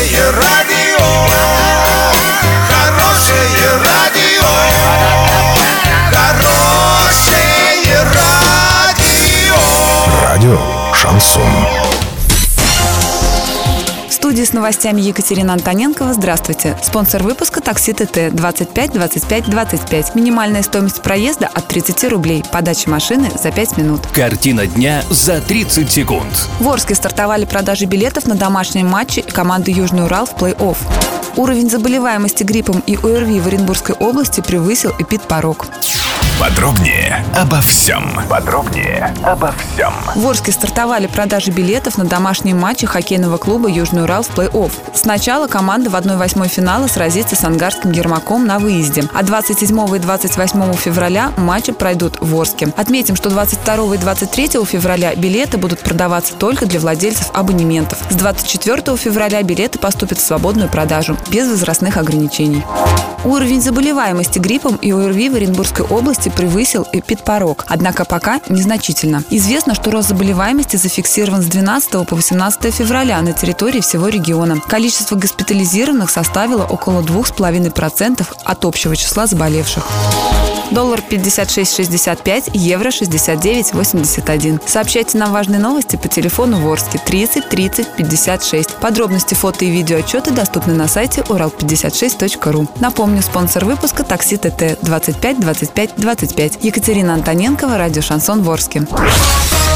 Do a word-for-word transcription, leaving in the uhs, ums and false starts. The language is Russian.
Хорошее радио, хорошее радио, хорошее радио. Радио Шансон. В студии с новостями Екатерина Антоненкова. Здравствуйте. Спонсор выпуска такси ТТ двадцать пять двадцать пять двадцать пять. Минимальная стоимость проезда от тридцати рублей. Подача машины за пять минут. Картина дня за тридцать секунд. В Орске стартовали продажи билетов на домашние матчи команды Южный Урал в плей-офф. Уровень заболеваемости гриппом и ОРВИ в Оренбургской области превысил эпидпорог. Подробнее обо всем. Подробнее обо всем. В Орске стартовали продажи билетов на домашние матчи хоккейного клуба «Южный Урал» в плей-офф. Сначала команда в одной восьмой финала сразится с ангарским «Ермаком» на выезде, а двадцать седьмого и двадцать восьмого февраля матчи пройдут в Орске. Отметим, что двадцать второго и двадцать третьего февраля билеты будут продаваться только для владельцев абонементов. С двадцать четвёртого февраля билеты поступят в свободную продажу, без возрастных ограничений. Уровень заболеваемости гриппом и ОРВИ в Оренбургской области превысил эпидпорог, однако пока незначительно. Известно, что рост заболеваемости зафиксирован с двенадцатого по восемнадцатое февраля на территории всего региона. Количество госпитализированных составило около двух с половиной процентов от общего числа заболевших. Доллар пятьдесят шесть шестьдесят пять, евро шестьдесят девять восемьдесят один. Сообщайте нам важные новости по телефону в Орске тридцать тридцать пятьдесят шесть. Подробности, фото и видеоотчеты доступны на сайте урал пятьдесят шесть точка ру. Напомню, спонсор выпуска такси ТТ двадцать пять двадцать пять двадцать пять. Екатерина Антоненкова, радио Шансон в Орске.